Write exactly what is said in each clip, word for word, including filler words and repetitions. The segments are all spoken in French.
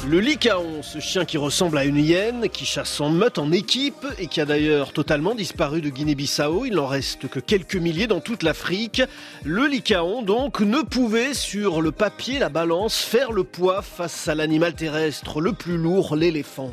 Le lycaon, ce chien qui ressemble à une hyène, qui chasse en meute, en équipe et qui a d'ailleurs totalement disparu de Guinée-Bissau. Il n'en reste que quelques milliers dans toute l'Afrique. Le lycaon, donc, ne pouvait sur le papier, la balance, faire le poids face à l'animal terrestre le plus lourd, l'éléphant.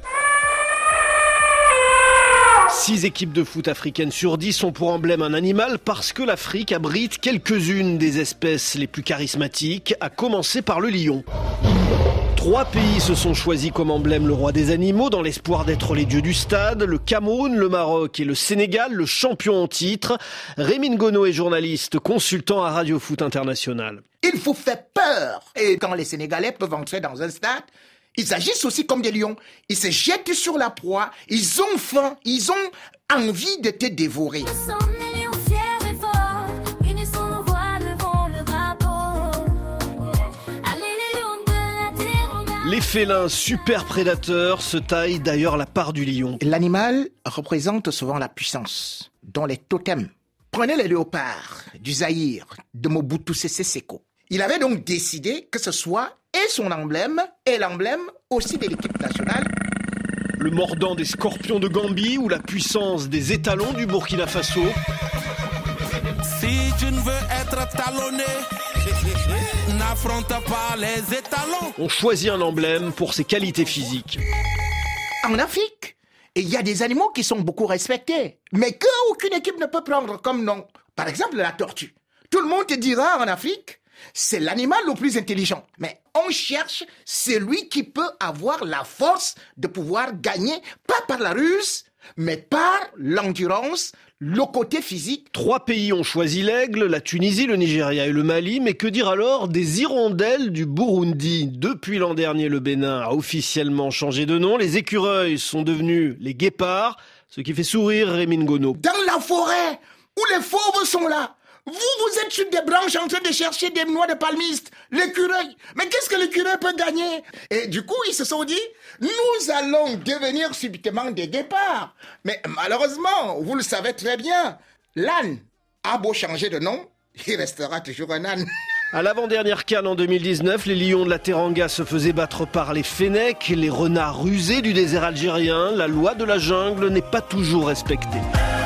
Six équipes de foot africaines sur dix ont pour emblème un animal parce que l'Afrique abrite quelques-unes des espèces les plus charismatiques, à commencer par le lion. Trois pays se sont choisis comme emblème le roi des animaux dans l'espoir d'être les dieux du stade. Le Cameroun, le Maroc et le Sénégal, le champion en titre. Rémi Ngono est journaliste, consultant à Radio Foot International. Il faut faire peur. Et quand les Sénégalais peuvent entrer dans un stade, ils agissent aussi comme des lions. Ils se jettent sur la proie, ils ont faim, ils ont envie de te dévorer. Les félins super prédateurs se taillent d'ailleurs la part du lion. L'animal représente souvent la puissance, dont les totems. Prenez les léopards du Zaïre, de Mobutu Sese Seko. Il avait donc décidé que ce soit et son emblème et l'emblème aussi de l'équipe nationale. Le mordant des scorpions de Gambie ou la puissance des étalons du Burkina Faso. Si tu ne veux être talonné, n'affronte pas les étalons. On choisit un emblème pour ses qualités physiques. En Afrique, il y a des animaux qui sont beaucoup respectés, mais qu'aucune équipe ne peut prendre comme nom. Par exemple, la tortue. Tout le monde te dira en Afrique, c'est l'animal le plus intelligent. Mais on cherche celui qui peut avoir la force de pouvoir gagner, pas par la ruse, mais par l'endurance, le côté physique. Trois pays ont choisi l'aigle, la Tunisie, le Nigeria et le Mali. Mais que dire alors des hirondelles du Burundi? Depuis l'an dernier, le Bénin a officiellement changé de nom. Les écureuils sont devenus les guépards, ce qui fait sourire Rémi Ngono. Dans la forêt, où les fauves sont là, vous, vous êtes sur des branches en train de chercher des noix de palmiste, l'écureuil. Mais qu'est-ce que l'écureuil peut gagner? Et du coup, ils se sont dit, nous allons devenir subitement des guépards. Mais malheureusement, vous le savez très bien, l'âne a beau changer de nom, il restera toujours un âne. À l'avant-dernière CAN en deux mille dix-neuf, les lions de la Teranga se faisaient battre par les fennecs, les renards rusés du désert algérien. La loi de la jungle n'est pas toujours respectée.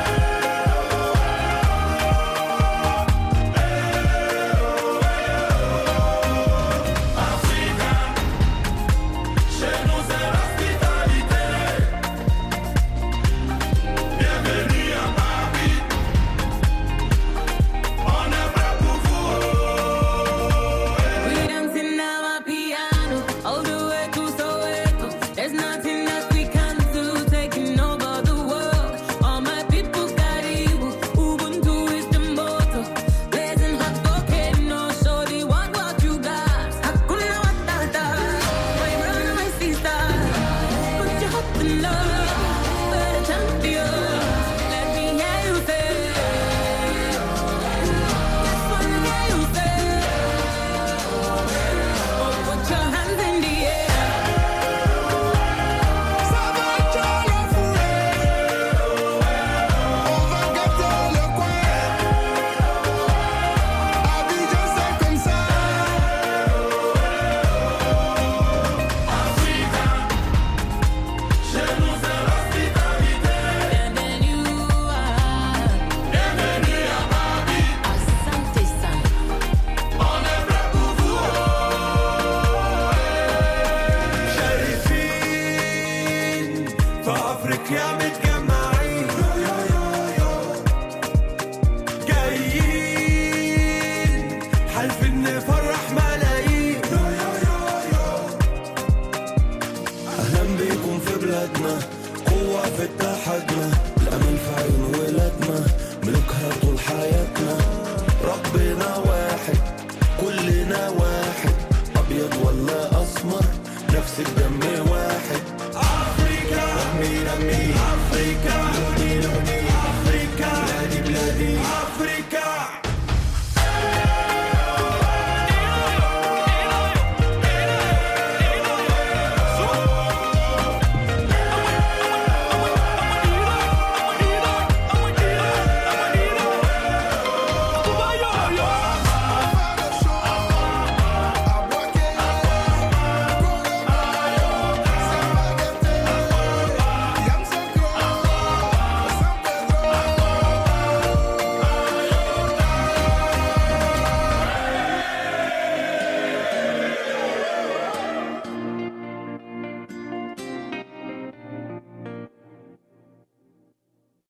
يا متجمعين جايين حالفين نفرح ملايين. أهلا بيكم في بلادنا، قوة في اتحادنا، الأمل في عيون ولادنا، ملوكها طول حياتنا. ربنا واحد كلنا واحد، أبيض ولا أسمر نفس الدم واحد. أفريقيا أمي أمي أفريقيا.